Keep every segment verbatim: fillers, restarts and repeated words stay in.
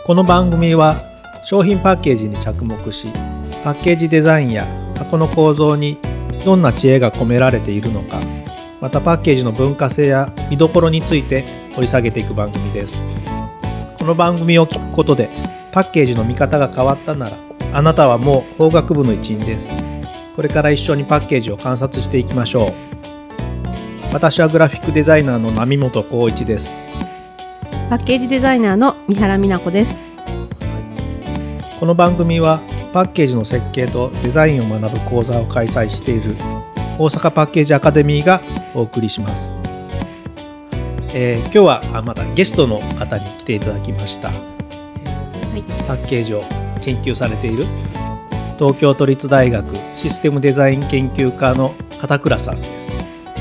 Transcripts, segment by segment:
この番組は商品パッケージに着目し、パッケージデザインや箱の構造にどんな知恵が込められているのか、またパッケージの文化性や見どころについて掘り下げていく番組です。この番組を聞くことでパッケージの見方が変わったなら、あなたはもう法学部の一員です。これから一緒にパッケージを観察していきましょう。私はグラフィックデザイナーの並本光一です。 パッケージデザイナーの三原美奈子です。 この番組はパッケージの設計とデザインを学ぶ講座を開催している大阪パッケージアカデミーがお送りします。えー、今日はまたゲストの方に来ていただきました、えーはい、パッケージを研究されている東京都立大学システムデザイン研究科の片倉さんです。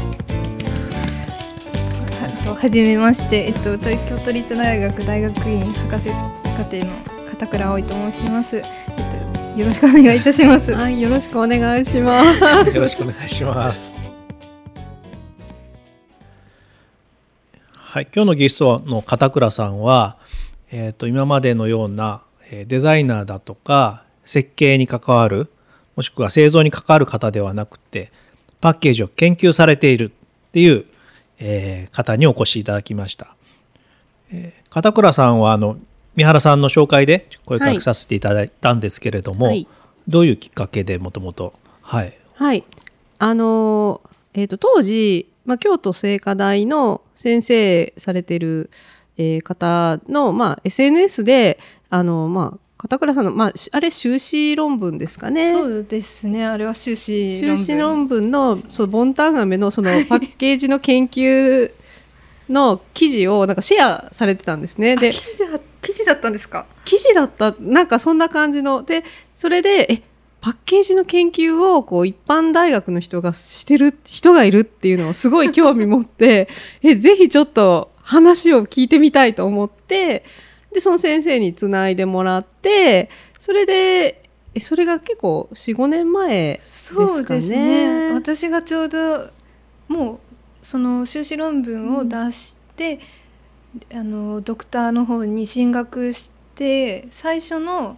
はじめまして、えっと、東京都立大学大学院博士課程の片倉葵と申します、えっと、よろしくお願いいたします。 はい、よろしくお願いしますよろしくお願いしますはい、今日のゲストの片倉さんは、えーと、今までのようなデザイナーだとか設計に関わる、もしくは製造に関わる方ではなくて、パッケージを研究されているっていうえー、方にお越しいただきました。えー、片倉さんはあの三原さんの紹介で声かけさせていただいたんですけれども、はい、どういうきっかけでもともとはい、 はい、あのーえー、と当時、まあ、京都精華大の先生されてる、えー、方の、まあ、エスエヌエス であの、まあ、片倉さんの、まあ、あれ修士論文ですかね。 そうですね、あれは修士論文修士論文のそのボンタン飴のそのパッケージの研究の記事をなんかシェアされてたんですね。で、 記事だ、記事だったんですか。 記事だった、なんかそんな感じので、それでえパッケージの研究をこう一般大学の人がしてる人がいるっていうのをすごい興味持ってえぜひちょっと話を聞いてみたいと思って、でその先生につないでもらって、それでえそれが結構 よん,ご 年前ですかね。 そうですね、私がちょうどもうその修士論文を出して、うん、あのドクターの方に進学して最初の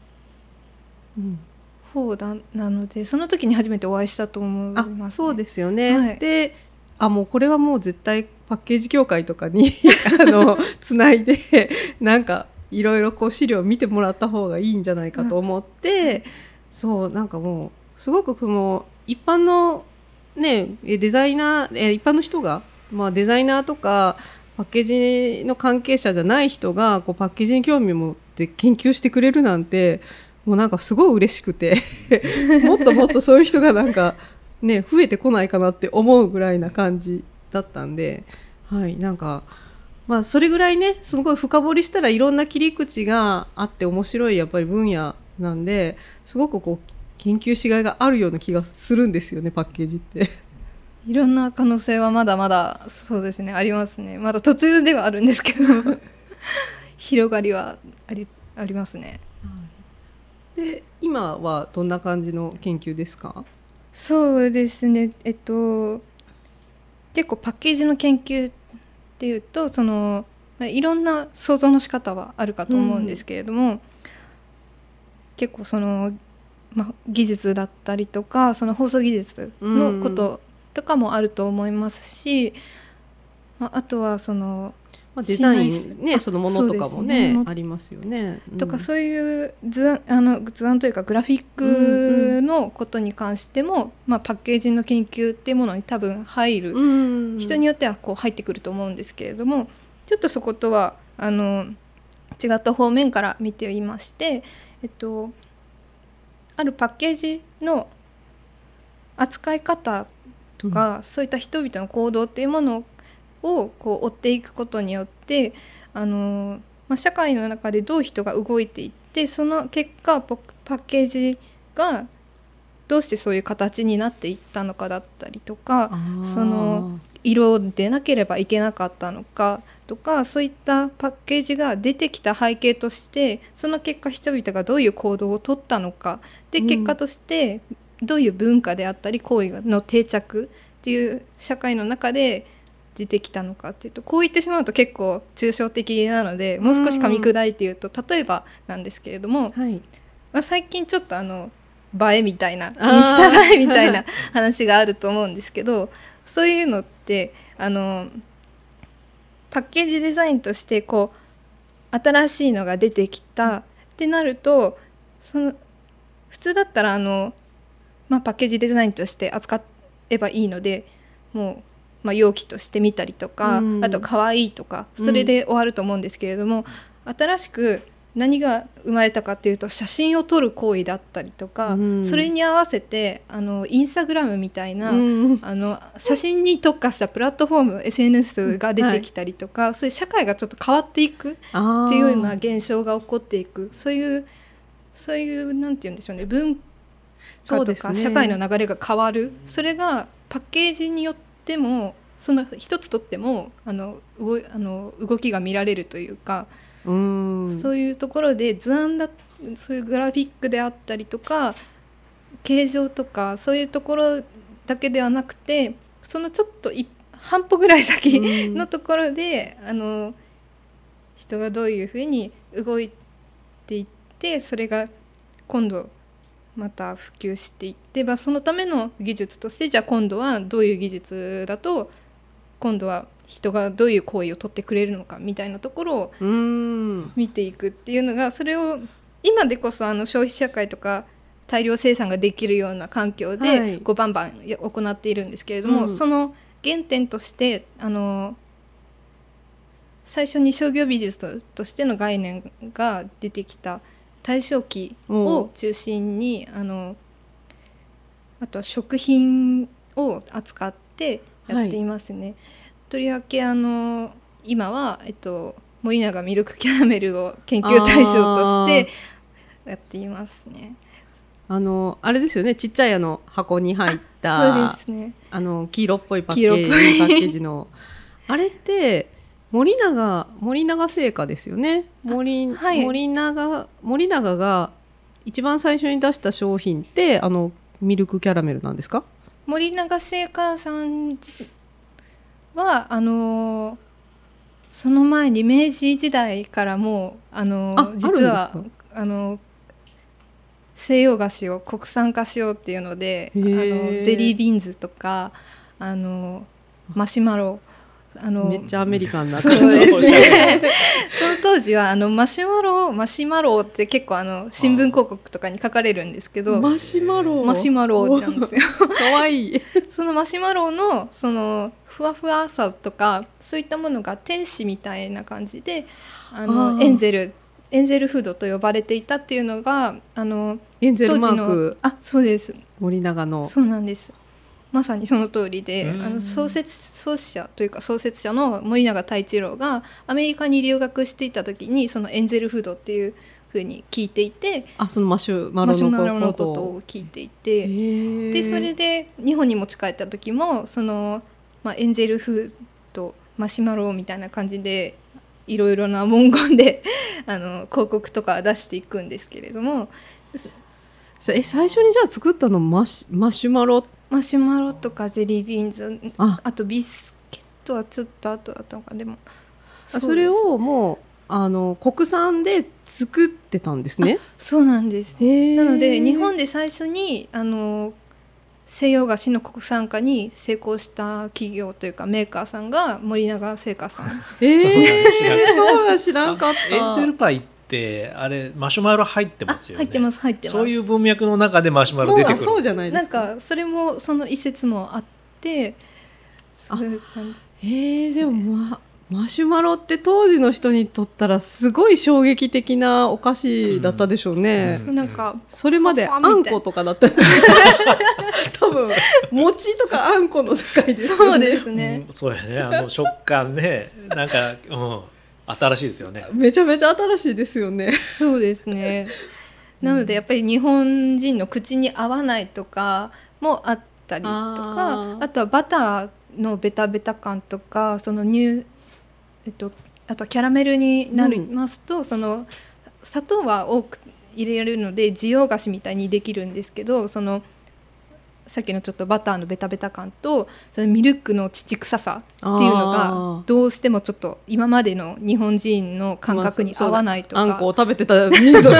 方だなので、その時に初めてお会いしたと思います、ね、 あ、そうですよね、 はい、 であもうこれはもう絶対パッケージ協会とかにあのつないでなんかいろいろこう資料を見てもらった方がいいんじゃないかと思って、うん、そうなんかもうすごくその一般のねデザイナーえ一般の人が、まあ、デザイナーとかパッケージの関係者じゃない人がこうパッケージに興味を持って研究してくれるなんてもうなんかすごい嬉しくてもっともっとそういう人がなんかね増えてこないかなって思うぐらいな感じだったんで、はい、なんかまあそれぐらいねすごい深掘りしたらいろんな切り口があって面白いやっぱり分野なんで、すごくこう研究しがいがあるような気がするんですよね、パッケージっていろんな可能性はまだまだそうですねありますね。まだ途中ではあるんですけど広がりはあり、ありますね。 で今はどんな感じの研究ですか？ そうですね、えっと結構パッケージの研究っていうとそのいろんな想像の仕方はあるかと思うんですけれども、うん、結構その、ま、技術だったりとかその放送技術のこととかもあると思いますし、うん、あとはそのデザイン、ね、そのものとかも ね, ねありますよね、 うん、とかそういう図あの図案というかグラフィックのことに関しても、うんうんまあ、パッケージの研究っていうものに多分入る、うんうん、人によってはこう入ってくると思うんですけれども、ちょっとそことはあの違った方面から見ていまして、えっと、あるパッケージの扱い方とか、うん、そういった人々の行動っていうものををこう追っていくことによってあの、まあ、社会の中でどう人が動いていってその結果パッケージがどうしてそういう形になっていったのかだったりとか、その色でなければいけなかったのかとか、そういったパッケージが出てきた背景としてその結果人々がどういう行動を取ったのかで、結果としてどういう文化であったり行為の定着っていう社会の中で出てきたのかっていうと、こう言ってしまうと結構抽象的なのでもう少し噛み砕いて言うと、例えばなんですけれども、 はい、 まあ、最近ちょっとあの映えみたいなインスタ映えみたいな話があると思うんですけど、そういうのってあのパッケージデザインとしてこう新しいのが出てきたってなると、その普通だったらあの、まあ、パッケージデザインとして扱えばいいので、もう、まあ、容器として見たりとか、うん、あと可愛いとかそれで終わると思うんですけれども、うん、新しく何が生まれたかっていうと写真を撮る行為だったりとか、うん、それに合わせてあのインスタグラムみたいな、うん、あの写真に特化したプラットフォーム エスエヌエス が出てきたりとか、はい、そういう社会がちょっと変わっていくっていうような現象が起こっていく、そういうそういうなんて言うんでしょうね、文化とか社会の流れが変わる、 そ, それがパッケージによってもその一つとってもあの動, あの動きが見られるというか、うん、そういうところで図案だ、そういうグラフィックであったりとか形状とかそういうところだけではなくて、そのちょっと半歩ぐらい先のところで、うん、あの人がどういうふうに動いていってそれが今度また普及していって、まあ、そのための技術としてじゃあ今度はどういう技術だと今度は人がどういう行為を取ってくれるのかみたいなところを見ていくっていうのが、それを今でこそあの消費社会とか大量生産ができるような環境でこうバンバン行っているんですけれども、はい、その原点としてあの最初に商業美術としての概念が出てきた大正期を中心にあのあとは食品を扱ってやっていますね、はい、とりわけあの今は、えっと、森永ミルクキャラメルを研究対象としてやっていますね。 あのあれですよね、ちっちゃいあの箱に入ったそうですね、 あの黄色っぽいパッケージ、パッケージのあれって森永森永製菓ですよね。 森,、はい、森永森永が一番最初に出した商品ってあのミルクキャラメルなんですか？ 森永製菓さんはあのー、その前に明治時代からもうあのー、実はあの西洋菓子を国産化しようっていうので、あのゼリービーンズとかあのマシュマロ、あのめっちゃアメリカンな感じですねその当時はあのマシュマロマシュマロって結構あの新聞広告とかに書かれるんですけど、 マシュマロマシュマロなんですよかわいいそのマシュマロのそのふわふわさとかそういったものが天使みたいな感じであのあエンゼルエンゼルフードと呼ばれていたっていうのがあのエンゼルマーク、 あ、そうです、 森永のそうなんです、まさにその通りで、あの創設創始者というか創設者の森永太一郎がアメリカに留学していた時にそのエンゼルフードっていう風に聞いていて、 あ、そのマシュマロ の, マシュマロのことを聞いていて、でそれで日本に持ち帰った時もその、まあ、エンゼルフードマシュマロみたいな感じでいろいろな文言であの広告とか出していくんですけれども、 え最初にじゃあ作ったのマシマシュマロマシュマロとかゼリービーンズ あ, あとビスケットはちょっと後だったのか、でもそ, それをもうあの国産で作ってたんですね。 そうなんです。なので日本で最初にあの西洋菓子の国産化に成功した企業というかメーカーさんが森永製菓さんえー、そうだ知らんかった。 エンゼルパイってあれマシュマロ入ってますよね。 入ってます入ってます。 そういう文脈の中でマシュマロ出てくる。 そうじゃないですか。 なんかそれもその一節もあってそういう感じ。 えー、でも、ま、マシュマロって当時の人にとったらすごい衝撃的なお菓子だったでしょうね、 うん、なんかそれまであんことかだった多分餅とかあんこの世界ですよね。 そうですね、 うん、そうやね、あの食感ねなんか、うん、新しいですよね。 めちゃめちゃ新しいですよね。 そうですねなのでやっぱり日本人の口に合わないとかもあったりとか、 あ, あとはバターのベタベタ感とかその乳えっと、あとはキャラメルになりますと、うん、その砂糖は多く入れるので需要菓子みたいにできるんですけど、そのさっきのちょっとバターのベタベタ感とそのミルクの乳臭さっていうのがどうしてもちょっと今までの日本人の感覚に合わないとか、 まあ、あんこを食べてた民族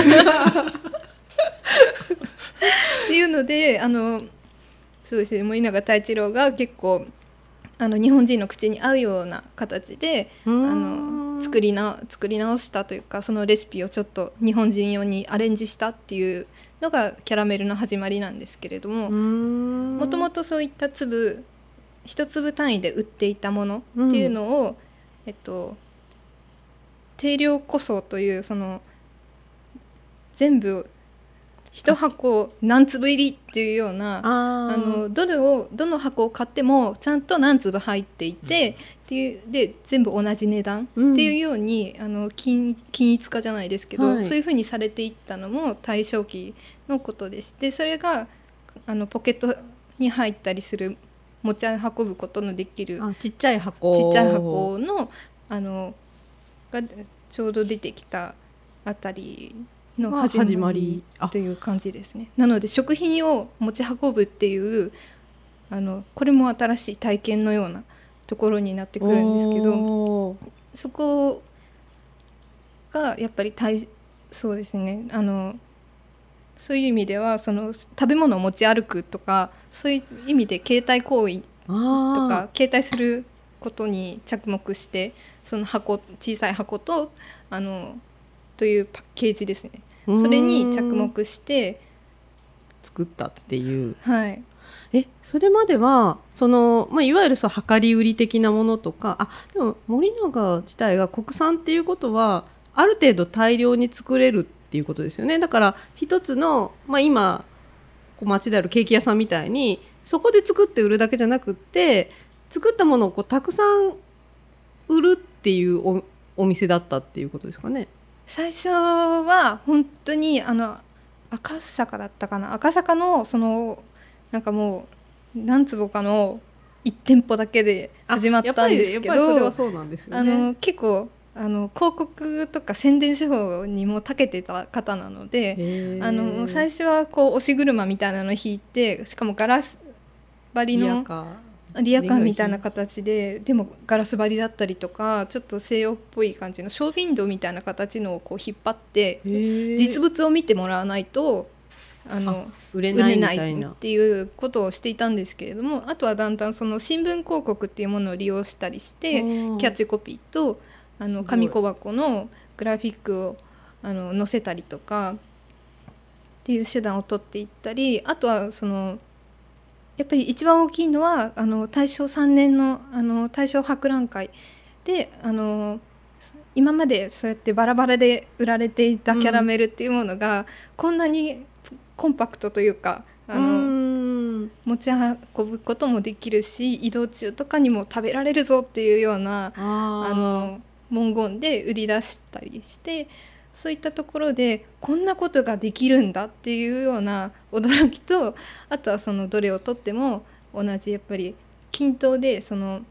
っていうのであのそうですね、森永太一郎が結構あの日本人の口に合うような形であの作りな作り直したというか、そのレシピをちょっと日本人用にアレンジしたっていうのがキャラメルの始まりなんですけれども、もともとそういった粒一粒単位で売っていたものっていうのを、うんえっと、定量個装というその全部一箱何粒入りっていうような あ, あのどれをどの箱を買ってもちゃんと何粒入っていて、うん、っていうで全部同じ値段っていうように、うん、あの 均, 均一化じゃないですけど、はい、そういうふうにされていったのも大正期のことでして、それがあのポケットに入ったりする持ち運ぶことのできるあちっちゃい箱ちっちゃい箱 の, あのがちょうど出てきたあたりの始まりという感じですね。なので食品を持ち運ぶっていうあのこれも新しい体験のようなところになってくるんですけど、そこがやっぱり大そうですねあのそういう意味ではその食べ物を持ち歩くとかそういう意味で携帯行為とか携帯することに着目して、その箱小さい箱とあのというパッケージですね、それに着目して作ったっていう、 はい、 えそれまではその、まあ、いわゆるそう量り売り的なものとか、あでも森永自体が国産っていうことはある程度大量に作れるっていうことですよね。だから一つの、まあ、今こう街であるケーキ屋さんみたいにそこで作って売るだけじゃなくって作ったものをこうたくさん売るっていう お, お店だったっていうことですかね。 最初は本当にあの赤坂だったかな、赤坂のそのなんかもう何坪かのいち店舗だけで始まったんですけど、 やっぱりそれはそうなんですよね。 あの結構あの広告とか宣伝手法にも長けてた方なので、あの最初はこう押し車みたいなのを引いて、しかもガラス張りのリアカーみたいな形で、でもガラス張りだったりとかちょっと西洋っぽい感じのショーウィンドウみたいな形のをこう引っ張って実物を見てもらわないとあのあ売れないみたいな売れないっていうことをしていたんですけれども、あとはだんだんその新聞広告っていうものを利用したりしてキャッチコピーとあの紙小箱のグラフィックをあの載せたりとかっていう手段を取っていったり、あとはそのやっぱり一番大きいのはあの大正さんねん の, あの大正博覧会であの今までそうやってバラバラで売られていたキャラメルっていうものが、うん、こんなにコンパクトというかあのうん持ち運ぶこともできるし移動中とかにも食べられるぞっていうようなああの文言で売り出したりして、そういったところでこんなことができるんだっていうような驚きと、あとはそのどれをとっても同じやっぱり均等でその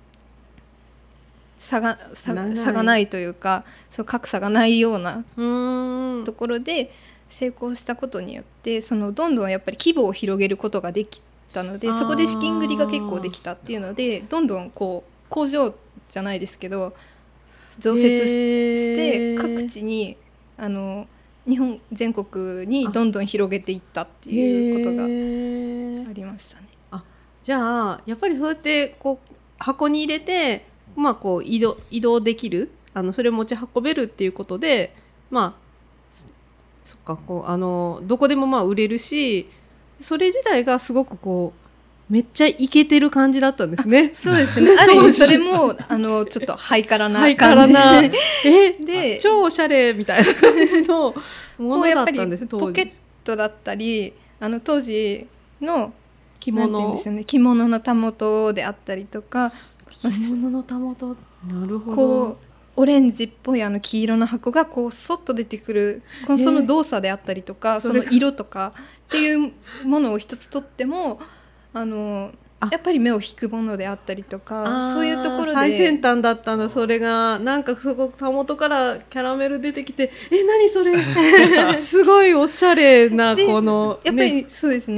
差が、差が、差がないというか、その格差がないようなところで成功したことによって、そのどんどんやっぱり規模を広げることができたので、そこで資金繰りが結構できたっていうので、どんどんこう工場じゃないですけど増設 し, して各地にあの日本全国にどんどん広げていったっていうことがありましたね。 あじゃあやっぱりそうやってこう箱に入れて、まあ、こう 移動、移動できるあのそれを持ち運べるっていうことで、まあそっかこうあのどこでもまあ売れるし、それ自体がすごくこうめっちゃイケてる感じだったんですね。 そうですね。ある意味それもあのちょっとハイカラな感じハイカラなえで超おしゃれみたいな感じのものだったんです当時。 ポケットだったりあの当時の着物なんて言うんでしょうね、着物のたもとであったりとか、 着物のたもとなるほど。 こうオレンジっぽいあの黄色の箱がこうそっと出てくるこのその動作であったりとか、えー、その色とかっていうものを一つとってもあのやっぱり目を引くものであったりとか、そういうところで最先端だったんだ。それがなんかそこたもとからキャラメル出てきて、え何それすごいおしゃれなこのやっぱりそうですね、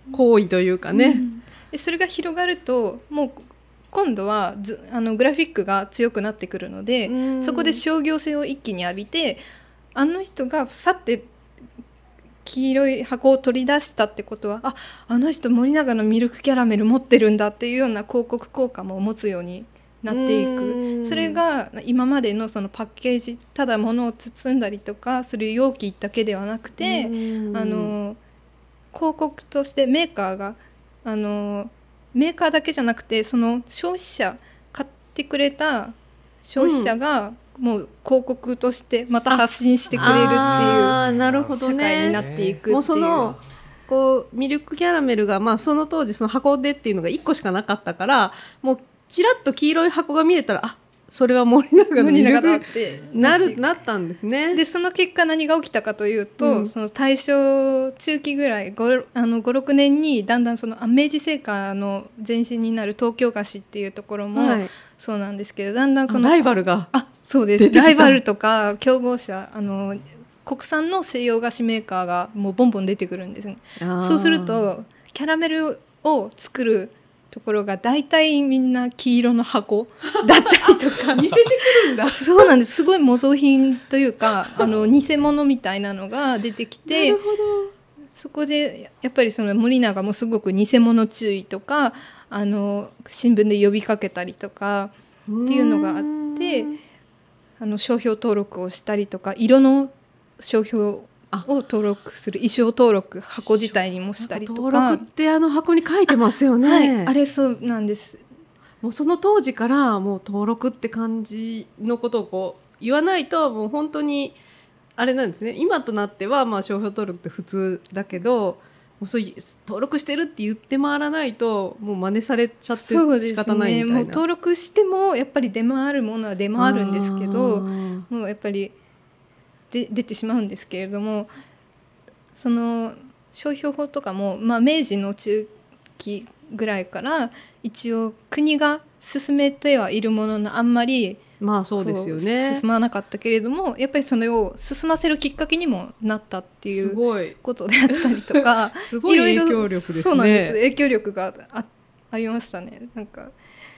行為というかね、 うん、でそれが広がるともう今度はずあのグラフィックが強くなってくるので、うん、そこで商業性を一気に浴びてあの人が去って黄色い箱を取り出したってことは あ, あの人森永のミルクキャラメル持ってるんだっていうような広告効果も持つようになっていく。それが今まで の, そのパッケージただ物を包んだりとかする容器だけではなくてあの広告としてメーカーがあのメーカーだけじゃなくてその消費者買ってくれた消費者が、うんもう広告としてまた発信してくれるっていう社会になっていくっていう。 もうそのこうミルクキャラメルが、まあ、その当時その箱でっていうのがいっこしかなかったからもうちらっと黄色い箱が見れたらあそれは森永のミルクってなるなったんですね。 でその結果何が起きたかというと、うん、その大正中期ぐらいごろくねんにだんだんその明治製菓の前身になる東京菓子っていうところもそうなんですけど、はい、だんだんそのライバルがあそうですライバルとか競合者あの国産の西洋菓子メーカーがもうボンボン出てくるんですね。そうするとキャラメルを作るところが大体みんな黄色の箱だったりとか似せてくるんだそうなんです。すごい模造品というかあの偽物みたいなのが出てきてなるほどそこでやっぱりその森永もすごく偽物注意とかあの新聞で呼びかけたりとかっていうのがあってあの商標登録をしたりとか色の商標を登録する衣装登録箱自体にもしたりとか登録ってあの箱に書いてますよね。 あ,、はい、あれそうなんです。 もうその当時からもう登録って感じのことをこう言わないともう本当にあれなんですね。今となってはまあ商標登録って普通だけどもうそういう登録してるって言って回らないともう真似されちゃって仕方ないみたいな。 もう登録してもやっぱり出回るものは出回るんですけどもうやっぱりで出てしまうんですけれどもその商標法とかも、まあ、明治の中期ぐらいから一応国が進めてはいるもののあんまりまあそうですよね進まなかったけれどもやっぱりそれを進ませるきっかけにもなったっていうことであったりとかすごい影響力ですね。 そうなんです。影響力が あ, ありましたね。なんか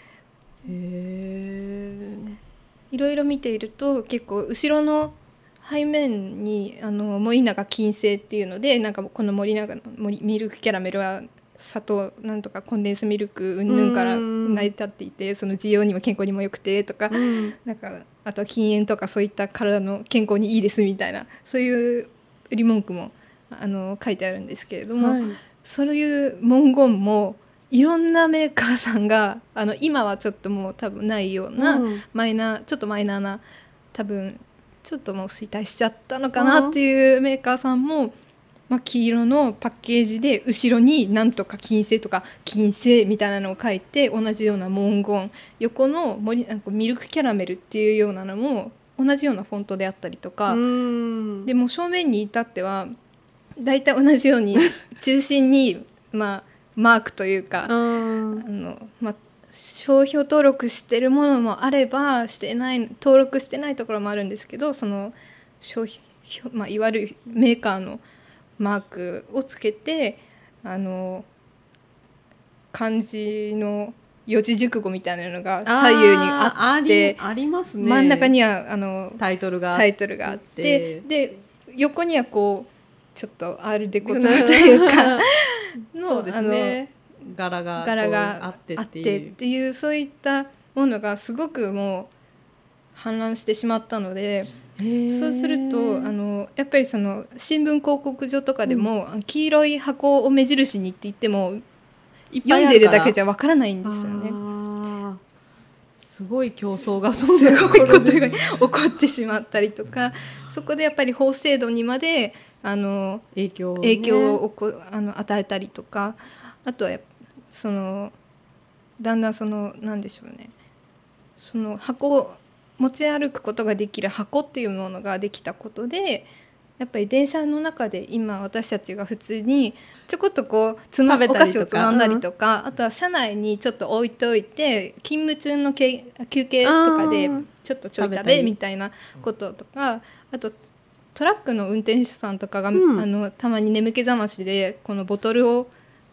へいろいろ見ていると結構後ろの背面にあの森永金星っていうのでなんかこの森永のミルクキャラメルは砂糖なんとかコンデンスミルクうんぬんから成り立っていてその需要にも健康にも良くてとか、うん、なんかあとは禁煙とかそういった体の健康にいいですみたいなそういう売り文句もあの書いてあるんですけれども、はい、そういう文言もいろんなメーカーさんがあの今はちょっともう多分ないような、うん、マイナーちょっとマイナーな多分ちょっともう衰退しちゃったのかなっていうメーカーさんも、まあ、黄色のパッケージで後ろになんとか金星とか金星みたいなのを書いて同じような文言横の森なんかミルクキャラメルっていうようなのも同じようなフォントであったりとかうんでも正面に至ってはだいたい同じように中心に、まあ、マークというかあの、まあ商標登録してるものもあればしてない登録してないところもあるんですけどその商標、まあ、いわゆるメーカーのマークをつけてあの漢字の四字熟語みたいなのが左右にあってありますね。 真ん中にはあのタイトルがタイトルがあってで横にはこうちょっとアールデコ調というかのそうですね柄が柄があってっていう、 あってっていうそういったものがすごくもう氾濫してしまったのでそうするとあのやっぱりその新聞広告所とかでも、うん、黄色い箱を目印にって言っても読んでるだけじゃわからないんですよね。 あすごい競争がすごいことが起こってしまったりとかそこでやっぱり法制度にまであの影響を、ね、 影響をあの与えたりとかあとはそのだんだんそのなんでしょうねその箱を持ち歩くことができる箱っていうものができたことでやっぱり電車の中で今私たちが普通にちょこっとこうつまお菓子をつまんだりとか、うん、あとは車内にちょっと置いておいて勤務中の休憩とかでちょっとちょい食べみたいなこととかあとトラックの運転手さんとかが、うん、あのたまに眠気覚ましでこのボトルを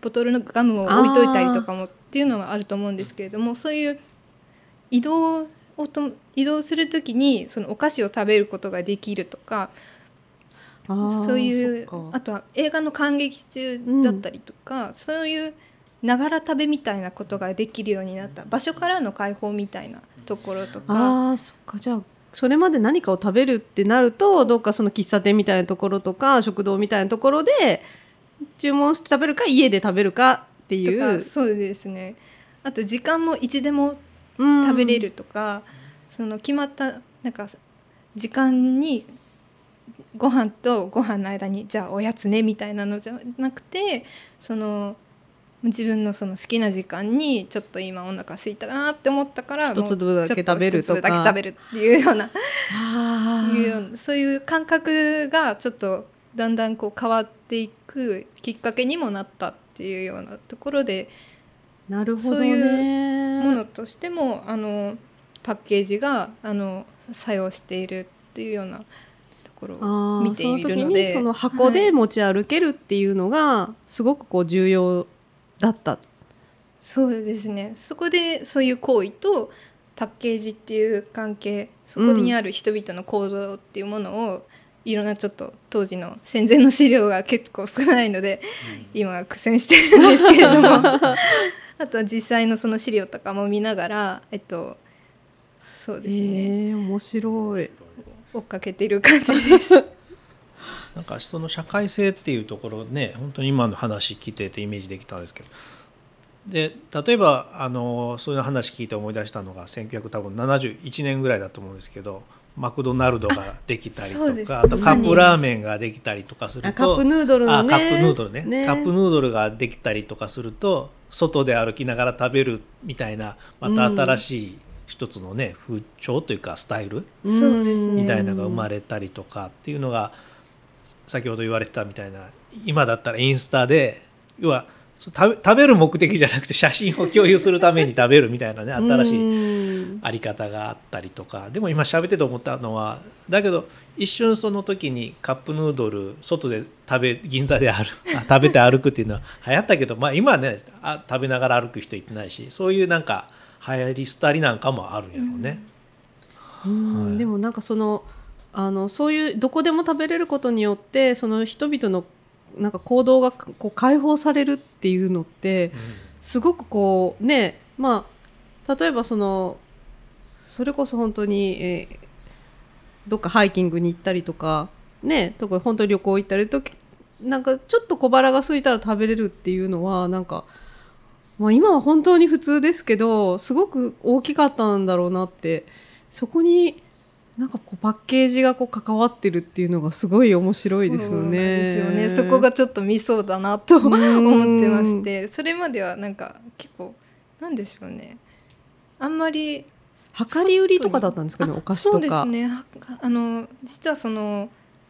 ボトルのガムを置いといたりとかもっていうのはあると思うんですけれども、そういう移動をと移動するときにそのお菓子を食べることができるとか、 あそういうそっかあとは映画の観劇中だったりとか、うん、そういうながら食べみたいなことができるようになった場所からの解放みたいなところとか。 あそっか。じゃあそれまで何かを食べるってなるとどっかその喫茶店みたいなところとか食堂みたいなところで注文して食べるか家で食べるかっていう。 そうですね。あと時間もいつでも食べれるとか、うん、その決まったなんか時間にご飯とご飯の間にじゃあおやつねみたいなのじゃなくて、その自分のその好きな時間にちょっと今お腹空いたなって思ったから一粒だけ食べるとか、 一粒だけ食べるっていうようないうようなそういう感覚がちょっとだんだんこう変わっていくきっかけにもなったっていうようなところで、 なるほどね、 そういうものとしてもあのパッケージがあの作用しているっていうようなところを見ているので、 その時にその箱で持ち歩けるっていうのがすごくこう重要だった、はい、 そうですね。そこでそういう行為とパッケージっていう関係、そこにある人々の行動っていうものを、うん、いろんなちょっと当時の戦前の資料が結構少ないので、うん、今は苦戦してるんですけれどもあとは実際のその資料とかも見ながら、えっとそうですね、 えー、面白い追っかけている感じですなんかその社会性っていうところね、本当に今の話聞いててイメージできたんですけど、で例えばあのそういう話聞いて思い出したのがせんきゅうひゃくななじゅういちねんぐらいだと思うんですけど、マクドナルドができたりとか、 あ, あとカップラーメンができたりとかすると、 カップヌードルのね、 あカップヌードル ね, ねカップヌードルができたりとかすると、外で歩きながら食べるみたいな、また新しい一つのね、風潮というかスタイルみたいなのが生まれたりとかっていうのが、先ほど言われてたみたいな、今だったらインスタで要は食べ、食べる目的じゃなくて写真を共有するために食べるみたいなね、新しいあり方があったりとか。でも今喋ってて思ったのは、だけど一瞬その時にカップヌードル外で食べ銀座で歩食べて歩くっていうのは流行ったけど、まあ今ねあ食べながら歩く人いてないし、そういうなんか流行り廃りなんかもあるんやろうね、 うん、はい、でもなんかそのあのそういうどこでも食べれることによってその人々のなんか行動がこう解放されるっていうのって、うん、すごくこうね、まあ例えばそのそれこそ本当に、えー、どっかハイキングに行ったりとかね、とか本当に旅行行ったりとなんかちょっと小腹が空いたら食べれるっていうのはなんか、まあ、今は本当に普通ですけどすごく大きかったんだろうなって、そこになんかこうパッケージがこう関わってるっていうのがすごい面白いですよね。そうなんですよね。 そこがちょっとミソだなと思ってまして、それまではなんか結構なんでしょうね、あんまり量り売りとかだったんですかね、お菓子とか。 そうですね。あの実はその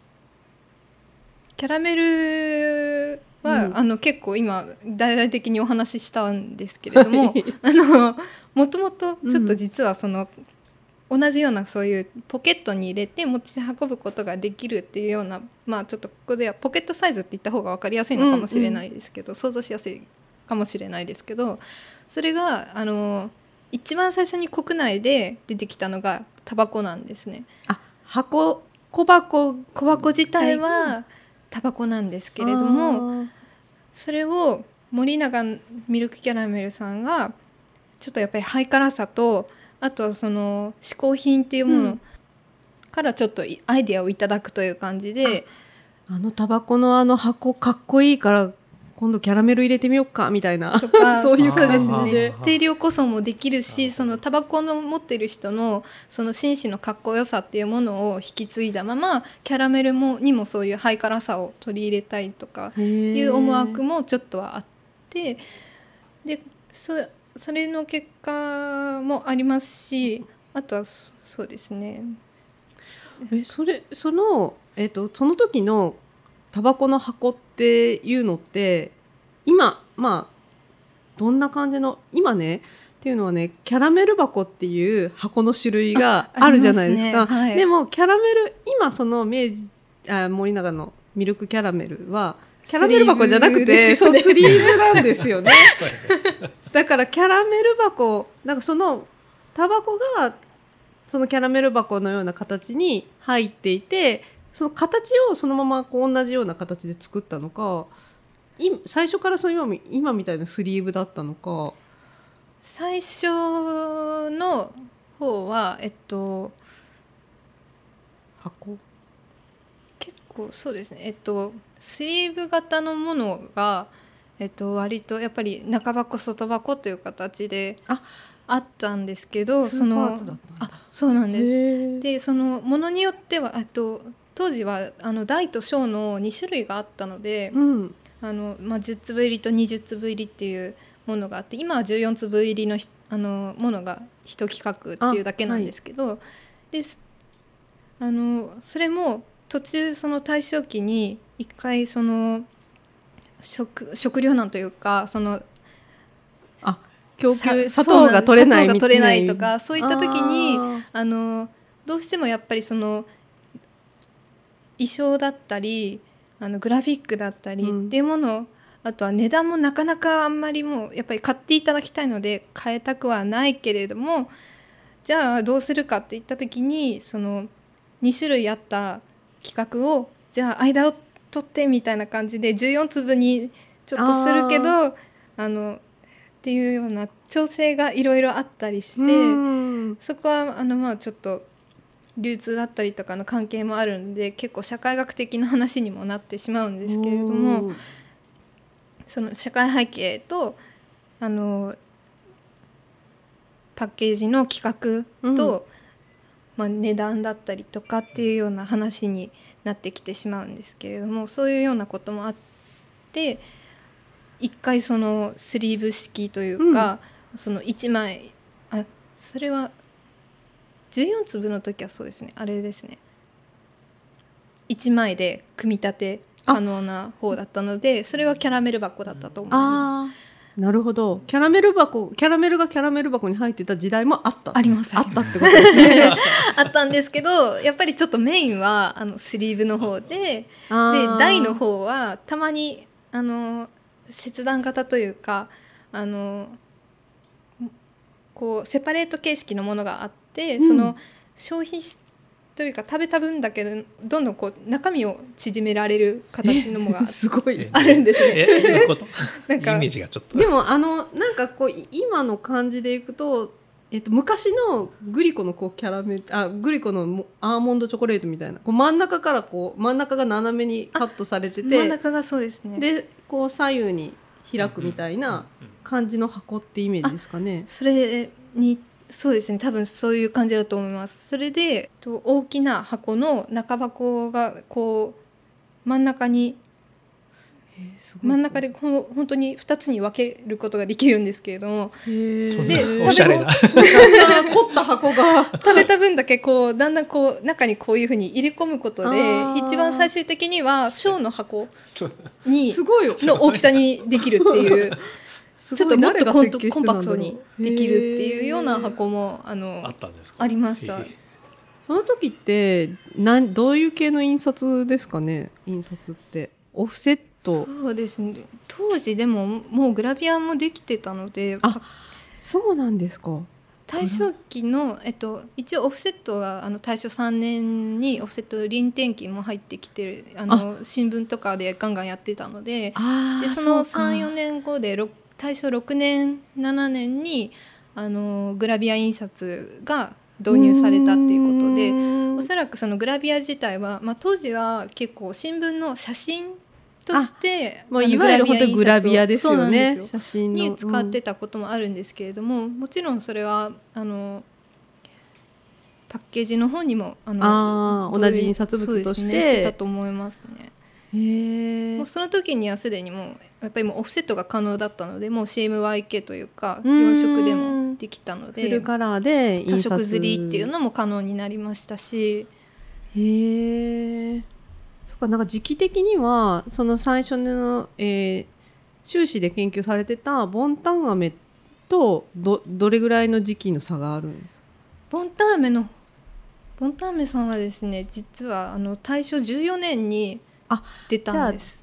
キャラメルは、うん、あの結構今大々的にお話ししたんですけれどもあのもともとちょっと実はその、うん、同じようなそういうポケットに入れて持ち運ぶことができるっていうような、まあちょっとここではポケットサイズって言った方が分かりやすいのかもしれないですけど、うんうん、想像しやすいかもしれないですけど、それがあの一番最初に国内で出てきたのがタバコなんですね。 あ、箱小箱小箱自体はタバコなんですけれども、それを森永ミルクキャラメルさんがちょっとやっぱりハイカラさと、あとはその嗜好品っていうものからちょっとアイデアをいただくという感じで、 うん、あのタバコのあの箱かっこいいから今度キャラメル入れてみようかみたいなとかそういう感じで定量個装もできるし、そのタバコの持ってる人のその紳士のかっこよさっていうものを引き継いだまま、キャラメルもにもそういうハイカラさを取り入れたいとかいう思惑もちょっとはあって、で そ, それの結果もありますし、あとはそうですね、 えそれその、えーと、その時のタバコの箱っていうのって今まあどんな感じの、今ねっていうのはね、キャラメル箱っていう箱の種類があるじゃないですか。 あ, ありますね、はい、でもキャラメル今その明治あ森永のミルクキャラメルはキャラメル箱じゃなくてそうスリーブなんですよねだからキャラメル箱なんかそのタバコがそのキャラメル箱のような形に入っていてその形をそのままこう同じような形で作ったのかい最初からその 今, 今みたいなスリーブだったのか。 最初の方はえっと箱結構そうですねえっとスリーブ型のものが、えっと、割とやっぱり中箱外箱という形で あ, あったんですけどそのあそうなんですでそのものによってはと当時はあの大と小のに種類があったので、 うんあのまあ、じゅっつぶ入りとにじゅっつぶ入りっていうものがあって今はじゅうよんつぶ入り の, あのものが一規格っていうだけなんですけど、はい、であのそれも途中その大正期に一回その 食, 食糧難というかそのあ供給砂糖が取れない砂糖が取れないとかそういった時に あ, あのどうしてもやっぱりその衣装だったりあのグラフィックだったりっていうものを、うん、あとは値段もなかなかあんまりもうやっぱり買っていただきたいので買えたくはないけれどもじゃあどうするかっていった時にそのに種類あった企画をじゃあ間を取ってみたいな感じでじゅうよんつぶにちょっとするけど あ, あのっていうような調整がいろいろあったりして、うん、そこはあのまあちょっと流通だったりとかの関係もあるので結構社会学的な話にもなってしまうんですけれどもその社会背景とあのパッケージの企画と、うんまあ、値段だったりとかっていうような話になってきてしまうんですけれどもそういうようなこともあって一回そのスリーブ式というか、うん、そのいちまいあそれはじゅうよんつぶの時はそうですねあれですねいちまいで組み立て可能な方だったのでそれはキャラメル箱だったと思います。 あなるほどキャラメル箱キャラメルがキャラメル箱に入ってた時代もあったありますあったってことですねあったんですけどやっぱりちょっとメインはあのスリーブの方でで台の方はたまにあの切断型というかあのこうセパレート形式のものがあって、うん、その消費というか食べた分だけどどんどんこう中身を縮められる形のものがすごいあるんですね。 えどういうことなんかイメージがちょっとでもあのなんかこう今の感じでいくと、えっと、昔のグリコのこうキャラメルあグリコのアーモンドチョコレートみたいなこう真ん中からこう真ん中が斜めにカットされてて真ん中がそうですねでこう左右に開くみたいな感じの箱ってイメージですかね。 それにそうですね多分そういう感じだと思います。それで大きな箱の中箱がこう真ん中に真ん中でこう本当にふたつに分けることができるんですけれどもでおしゃれなそんな凝った箱が食べた分だけこうだんだんこう中にこういうふうに入れ込むことで一番最終的には小の箱にすごいの大きさにできるっていうちょっともっとコンコンパクトにできるっていうような箱も あ, のあったんですかありました。 その時ってなんどういう系の印刷ですかね。印刷ってオフセットそうですね当時でももうグラビアもできてたのであそうなんですか。 大正期の、えっと、一応オフセットがあの大正さんねんにオフセット臨転機も入ってきてあの新聞とかでガンガンやってたの で, でそのさんよねんごで大正ろくねんななねんにあのグラビア印刷が導入されたっていうことでおそらくそのグラビア自体は、まあ、当時は結構新聞の写真としてまあ、いわゆる本当にグラビアですよね写真のに使ってたこともあるんですけれども、うん、もちろんそれはあのパッケージの方にもあのあ同じ印刷物として、 ね、してたと思いますね。 へもうその時にはすでにもうやっぱりもうオフセットが可能だったのでもう シーエムワイケー というかよん色でもできたのでフルカラーで印刷多色刷りっていうのも可能になりましたしへえそっかなんか時期的にはその最初の、えー、修士で研究されてたボンタン飴と ど, どれぐらいの時期の差があるんボンタン飴のボンタン飴さんはですね実はあの大正じゅうよねんに出たんです。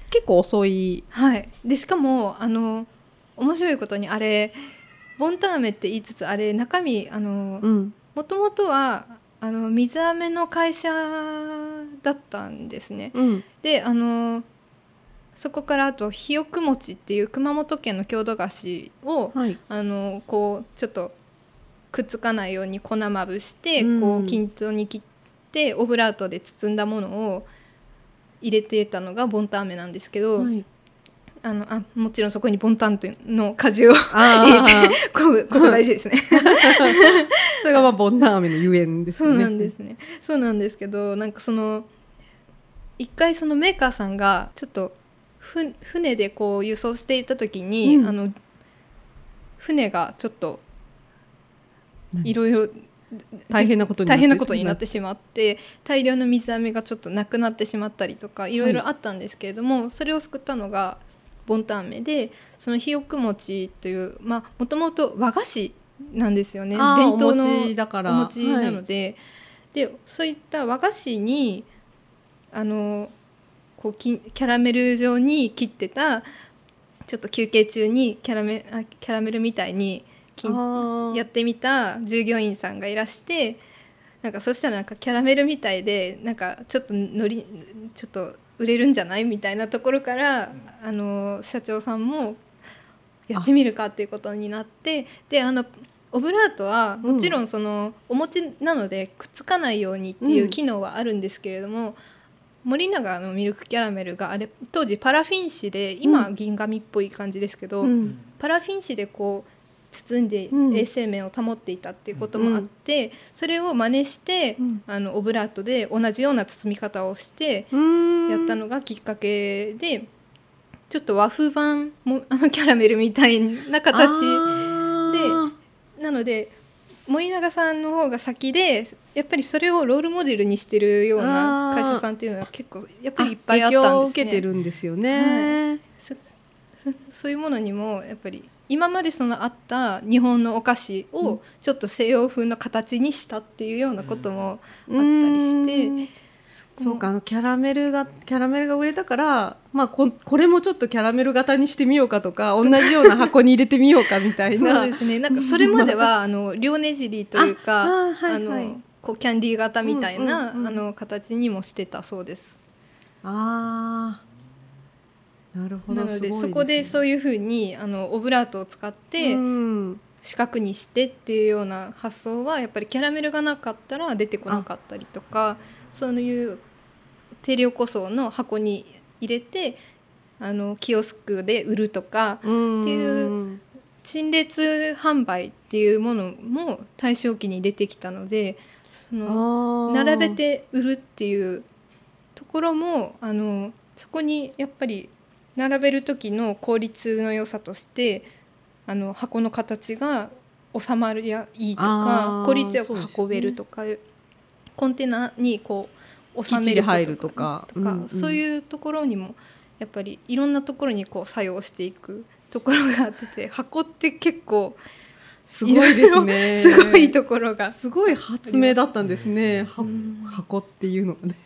結構遅い。 はい、でしかもあの面白いことにあれボンタン飴って言いつつあれ中身あのもともとはあの水飴の会社だったんですね、 うん、 であのそこからあとひよく餅っていう熊本県の郷土菓子を、はい、あのこうちょっとくっつかないように粉まぶして、うん、こう均等に切ってオブラートで包んだものを入れてたのがボンタン飴なんですけど、はい、あのあもちろんそこにボンタンの果汁を入れてここここ大事ですねそれがまあボンタン飴のゆえんですね。 そうなんですね。そうなんですけどなんかその一回そのメーカーさんがちょっとふ船でこう輸送していた時に、うん、あの船がちょっといろいろ大変なことに大変なことになってしまって大量の水飴がちょっとなくなってしまったりとかいろいろあったんですけれども、はい、それを救ったのがボンタン飴でそのひよく餅というまあもともと和菓子なんですよね。伝統のお餅だからお餅なので、はい、でそういった和菓子にあのこうキャラメル状に切ってたちょっと休憩中にキャラメ、あ、キャラメルみたいにやってみた従業員さんがいらしてなんかそしたらなんかキャラメルみたいでなんかちょっとのりちょっと売れるんじゃないみたいなところから、うん、あの社長さんもやってみるかっていうことになってであのオブラートはもちろんその、うん、お餅なのでくっつかないようにっていう機能はあるんですけれども、うん、森永のミルクキャラメルがあれ当時パラフィン紙で今銀紙っぽい感じですけど、うん、パラフィン紙でこう包んで衛生面を保っていたっていうこともあって、うん、それを真似して、うん、あのオブラートで同じような包み方をしてやったのがきっかけでちょっと和風版もあのキャラメルみたいな形でなので森永さんの方が先でやっぱりそれをロールモデルにしてるような会社さんっていうのは結構やっぱりいっぱいあったんですね。 影響を受けてるんですよね、はい、 そ, そ, そういうものにもやっぱり今までそのあった日本のお菓子をちょっと西洋風の形にしたっていうようなこともあったりして、うん、 そ, そうかあのキャラメルがキャラメルが売れたから、まあ、こ, これもちょっとキャラメル型にしてみようかとか同じような箱に入れてみようかみたいなそうですね。なんかそれまではあの両ねじりというかあ、あ、はいはい、あのこうキャンディー型みたいな、うんうんうん、あの形にもしてたそうです。 あーなるほど。 なのでそこでそういうふうにあのオブラートを使って四角にしてっていうような発想はやっぱりキャラメルがなかったら出てこなかったりとかそういう定量個装の箱に入れてあのキオスクで売るとかっていう陳列販売っていうものも大正期に出てきたのでその並べて売るっていうところもあのそこにやっぱり並べる時の効率の良さとしてあの箱の形が収まりやいいとか効率よく運べるとか、ね、コンテナにこう収めることとか、とか、うんうん、そういうところにもやっぱりいろんなところにこう作用していくところがあってて箱って結構すごいですね。 すごいところがすごい発明だったんですね、うん、箱っていうのがね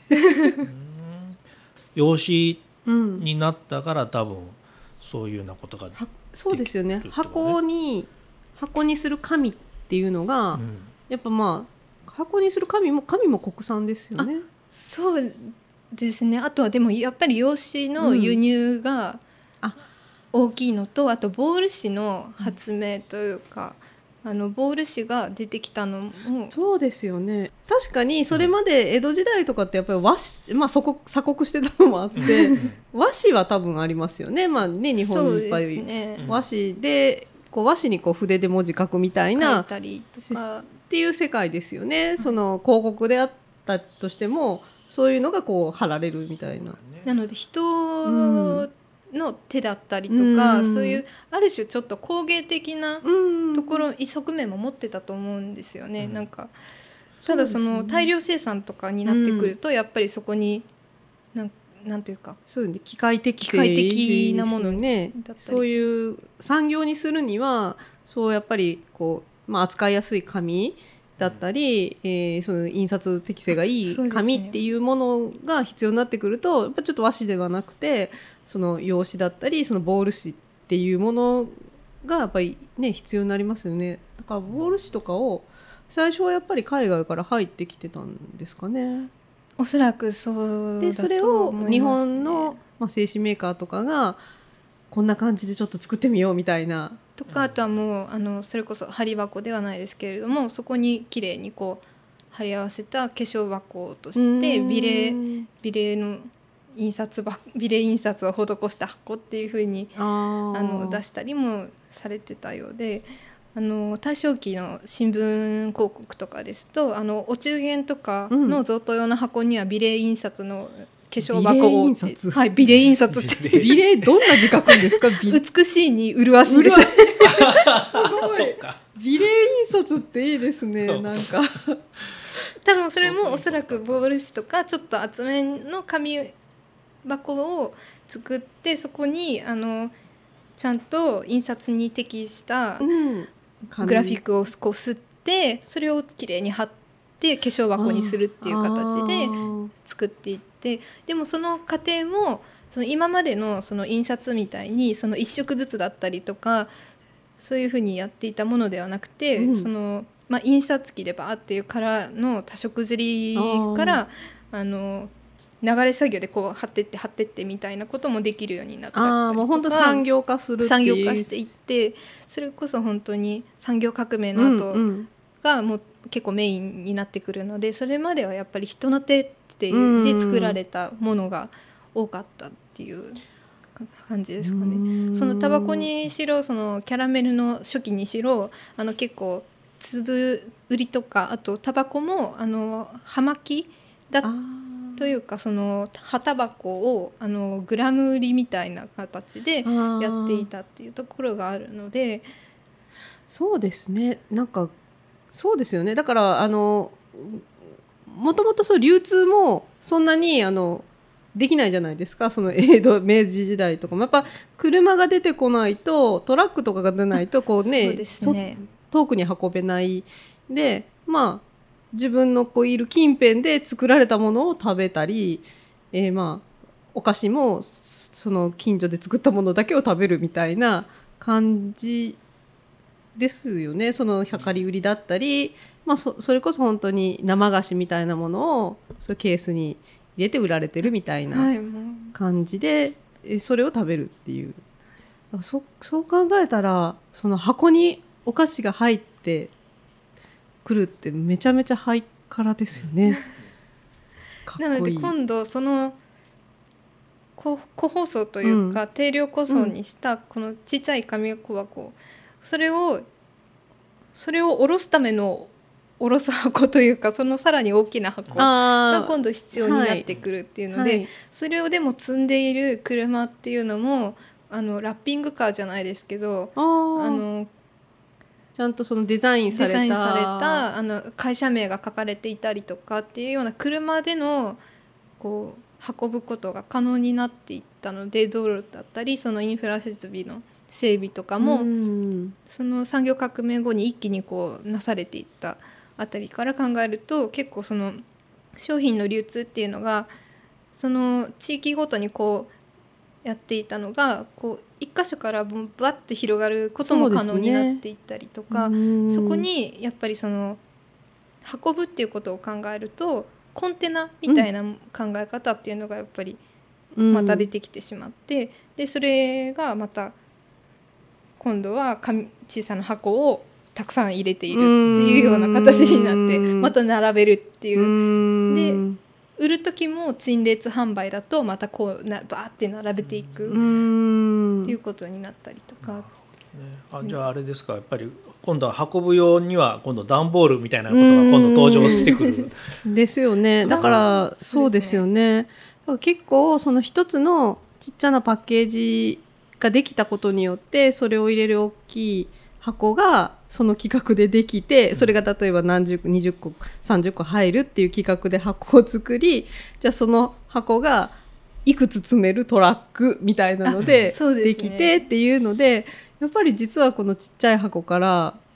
用紙になったから多分そういうようなことができる、 そうですよね。箱に箱にする紙っていうのが、うん、やっぱまあ箱にする紙も紙も国産ですよね。 そうですね。あとはでもやっぱり用紙の輸入が大きいのと、うん、あとボール紙の発明というか、うん、あのボール紙が出てきたのもそうですよね。確かにそれまで江戸時代とかってやっぱり和紙、まあ、鎖国してたのもあって和紙は多分ありますよね。まあね、日本にいっぱい、ね、和紙でこう和紙にこう筆で文字書くみたいな書いたりとかっていう世界ですよね。その広告であったとしてもそういうのがこう貼られるみたいな。 なので人の手だったりとか、うん、そういうある種ちょっと工芸的なところ、うん、側面も持ってたと思うんですよね、うん、なんかただその大量生産とかになってくると、うん、やっぱりそこになんなんというかそうね、機械的機械的なものね、 そういう産業にするにはそうやっぱりこう、まあ、扱いやすい紙だだったり、えー、その印刷適性がいい紙っていうものが必要になってくると、やっぱちょっと和紙ではなくてその用紙だったりそのボール紙っていうものがやっぱりね必要になりますよね。だからボール紙とかを最初はやっぱり海外から入ってきてたんですかね。 おそらくそうだと思いますね。 でそれを日本の、まあ、製紙メーカーとかがこんな感じでちょっと作ってみようみたいなとか、あとはもうあのそれこそ針箱ではないですけれども、そこに綺麗にこう貼り合わせた化粧箱として美麗美麗の印刷箱美麗印刷を施した箱っていう風にあの出したりもされてたようで、あの大正期の新聞広告とかですと、あのお中元とかの贈答用の箱には美麗印刷の化粧箱を、 美麗印刷、 はい、美麗印刷って美麗どんな字書くんですか？ 美しいに麗しいですすごいそっか、美麗印刷っていいですね。なんか多分それもおそらくボール紙とかちょっと厚めの紙箱を作って、そこにあのちゃんと印刷に適したグラフィックをこう吸って、それをきれいに貼って化粧箱にするっていう形で作っていって、でもその過程もその今までのその印刷みたいにその一色ずつだったりとかそういうふうにやっていたものではなくて、うん、そのまあ、印刷機でバーっていうからの多色刷りからあの流れ作業でこう貼ってって貼ってってみたいなこともできるようになったりとか、 あもう本当産業化するっていう産業化していって、それこそ本当に産業革命の後がもう結構メインになってくるので、それまではやっぱり人の手っていうで作られたものが多かったっていう感じですかね。そのタバコにしろそのキャラメルの初期にしろあの結構粒売りとか、あとタバコもあの葉巻だというかその葉タバコをあのグラム売りみたいな形でやっていたっていうところがあるので、 そうですね、なんかそうですよね。だからあのもともとそう流通もそんなにあのできないじゃないですか。その江戸明治時代とかもやっぱ車が出てこないと、トラックとかが出ないとこうね、そうですね、遠くに運べないで、まあ自分のこういる近辺で作られたものを食べたり、えー、まあお菓子もその近所で作ったものだけを食べるみたいな感じですよね。その量り売りだったり、まあ、そ, それこそ本当に生菓子みたいなものをそういうケースに入れて売られてるみたいな感じで、はい、それを食べるっていう。そ, そう考えたらその箱にお菓子が入ってくるってめちゃめちゃハイカラですよね。かっこいい。なので今度その個包装というか、うん、定量個装にしたこのちっちゃい紙小箱、それをそれを下ろすための下ろす箱というか、そのさらに大きな箱が今度必要になってくるっていうので、はいはい、それをでも積んでいる車っていうのもあのラッピングカーじゃないですけど、あのちゃんとそのデザインされた、 デザインされたあの会社名が書かれていたりとかっていうような車でのこう運ぶことが可能になっていったので、道路だったりそのインフラ設備の整備とかも、うん、その産業革命後に一気にこうなされていったあたりから考えると、結構その商品の流通っていうのがその地域ごとにこうやっていたのがこう一箇所からバッて広がることも可能になっていったりとか、 そ,、ね、そこにやっぱりその運ぶっていうことを考えるとコンテナみたいな考え方っていうのがやっぱりまた出てきてしまって、でそれがまた今度は小さな箱をたくさん入れているっていうような形になってまた並べるっていう、で売る時も陳列販売だとまたこうなバーって並べていくっていうことになったりとか、 ね、あじゃああれですか、やっぱり今度は運ぶ用には今度段ボールみたいなことが今度登場してくるですよね。だからそうですよね。だから結構その一つのちっちゃなパッケージができたことによって、それを入れる大きい箱がその企画でできて、それが例えば何十個にじゅっこさんじゅっこ入るっていう企画で箱を作り、じゃあその箱がいくつ積めるトラックみたいなのでできてっていうので、やっぱり実はこのちっちゃい箱から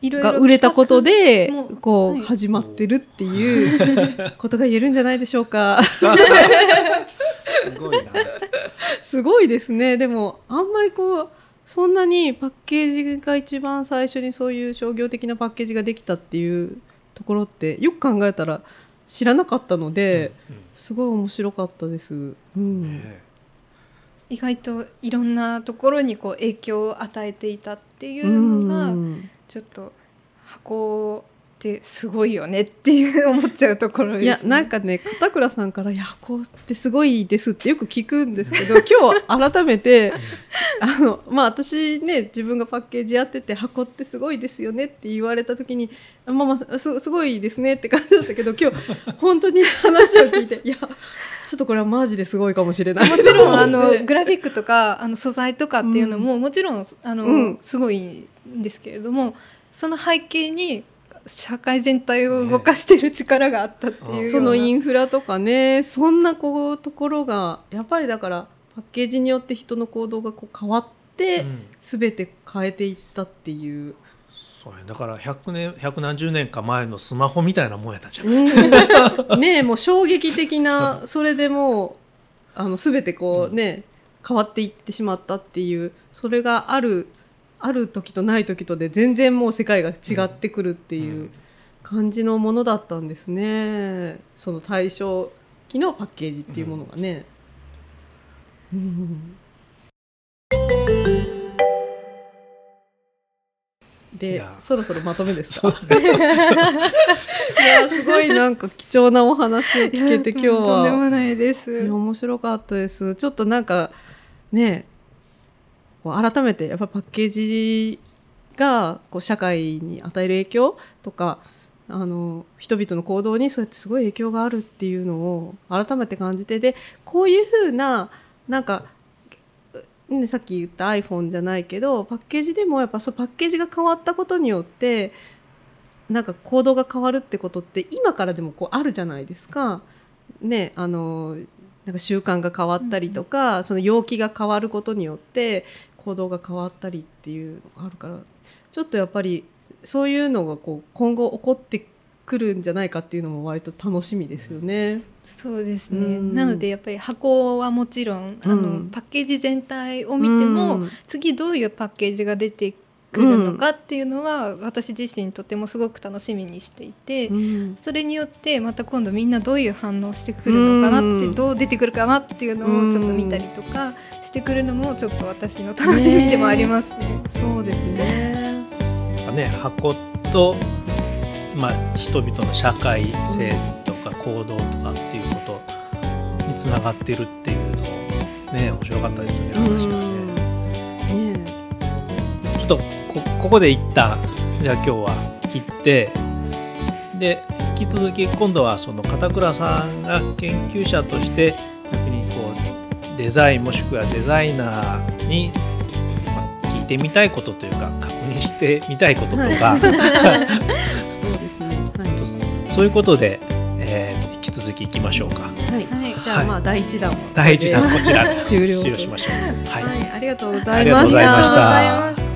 いろいろが売れたことで企画もこうはい始まってるっていうことが言えるんじゃないでしょうか。 すごいな。 すごいですね。でもあんまりこうそんなにパッケージが一番最初にそういう商業的なパッケージができたっていうところってよく考えたら知らなかったので、 うんうんすごい面白かったです。うんね意外といろんなところにこう影響を与えていたっていうのが、 うんちょっと箱ってすごいよねっていう思っちゃうところです、ね、 いやなんかね片倉さんから「いや箱ってすごいです」ってよく聞くんですけど今日改めてあの、まあ、私ね自分がパッケージやってて箱ってすごいですよねって言われた時にまあまあ す, すごいですねって感じだったけど今日本当に話を聞いていやちょっとこれはマジですごいかもしれない。 もちろんあのグラフィックとかあの素材とかっていうのも、うん、もちろんあの、うん、すごいんですけれどもその背景に社会全体を動かしている力があったっていうような、 ね、そのインフラとかねそんなこうところがやっぱりだからパッケージによって人の行動がこう変わって、うん、全て変えていったっていう。 そうやだからひゃくねん百何十年か前のスマホみたいなもんやったじゃん、 うん、ねえもう衝撃的なそれでもうあの全てこうね、うん、変わっていってしまったっていうそれがあるある時とない時とで全然もう世界が違ってくるっていう感じのものだったんですね。その対象機のパッケージっていうものがね、うんうんでそろそろまとめですか。いやすごいなんか貴重なお話を聞けて今日はとんでもないです。 いや面白かったです。ちょっとなんかね改めてやっぱパッケージがこう社会に与える影響とかあの人々の行動にそうやってすごい影響があるっていうのを改めて感じてでこういうふうななんかね、さっき言った iPhone じゃないけどパッケージでもやっぱそうパッケージが変わったことによってなんか行動が変わるってことって今からでもこうあるじゃないですか、ね、あのなんか習慣が変わったりとか、うん、その陽気が変わることによって行動が変わったりっていうのがあるからちょっとやっぱりそういうのがこう今後起こってくるんじゃないかっていうのも割と楽しみですよね。 そうですね、うん、なのでやっぱり箱はもちろんあの、うん、パッケージ全体を見ても、うん、次どういうパッケージが出てくるのかっていうのは、うん、私自身とてもすごく楽しみにしていて、うん、それによってまた今度みんなどういう反応してくるのかなって、うん、どう出てくるかなっていうのをちょっと見たりとかしてくるのもちょっと私の楽しみでもありますね。ねそうですね。 ね箱と、まあ、人々の社会性とか行動とかっていうことにつながっているっていうのね面白かったですよね話がね。ねちょっと こ, ここで一旦じゃあ今日は切ってで引き続き今度はその片倉さんが研究者として逆にこうデザインもしくはデザイナーに聞いてみたいことというか確認してみたいこととか、 はい、そうですね、はい、 そういうことで、えー、引き続きいきましょうか。 はい、はい、じゃあまあだいいちだんをだいいちだんこちらで終了終了しましょう。 はい、はい、ありがとうございました。 ありがとうございました。